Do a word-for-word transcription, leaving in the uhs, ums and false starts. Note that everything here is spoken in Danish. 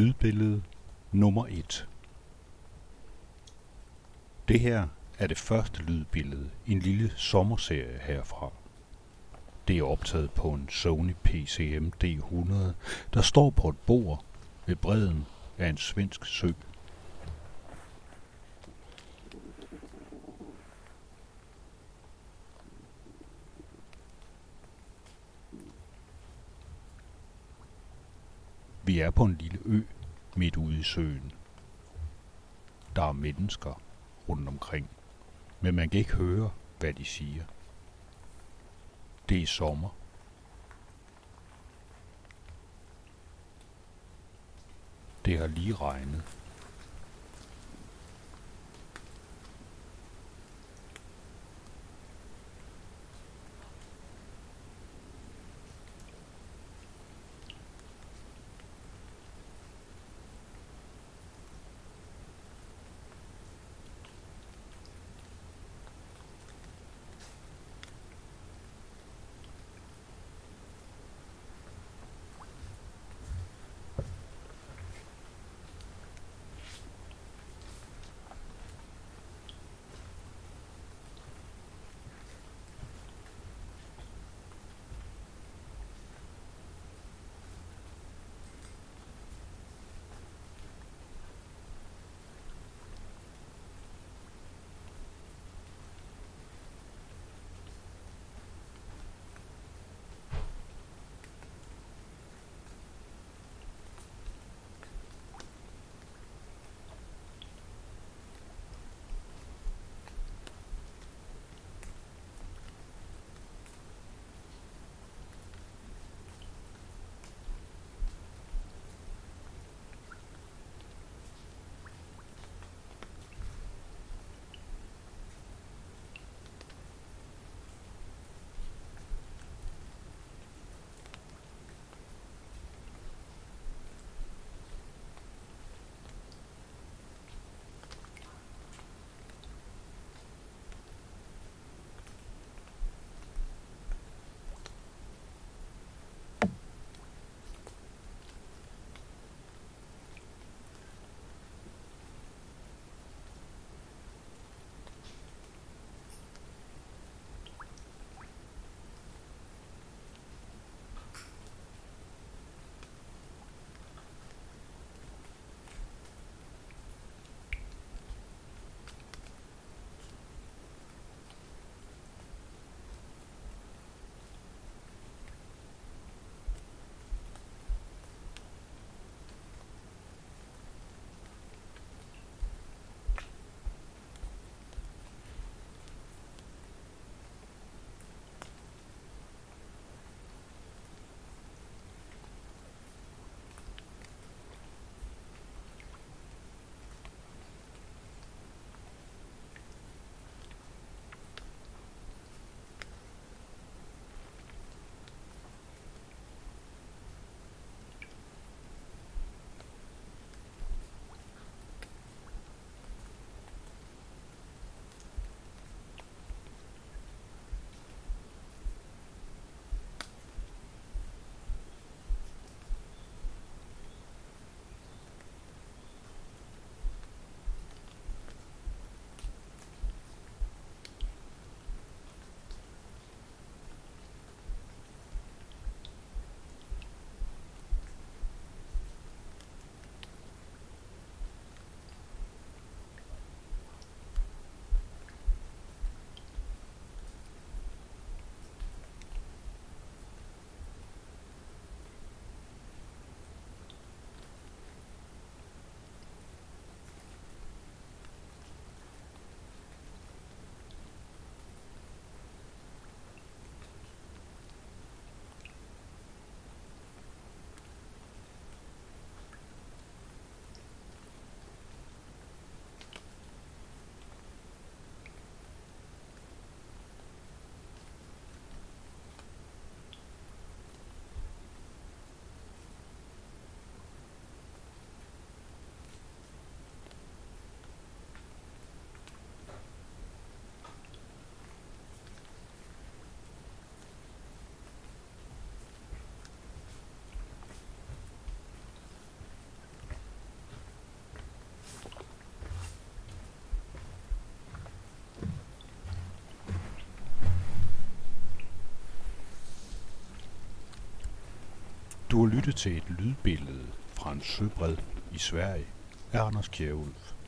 Lydbillede nummer et. Det her er det første lydbillede i en lille sommerserie herfra. Det er optaget på en Sony P C M D hundrede, der står på et bord ved bredden af en svensk sø. Vi er på en lille ø midt ude i søen. Der er mennesker rundt omkring, men man kan ikke høre, hvad de siger. Det er sommer. Det har lige regnet. Du har lyttet til et lydbillede fra en søbred i Sverige af Anders Kjærulf.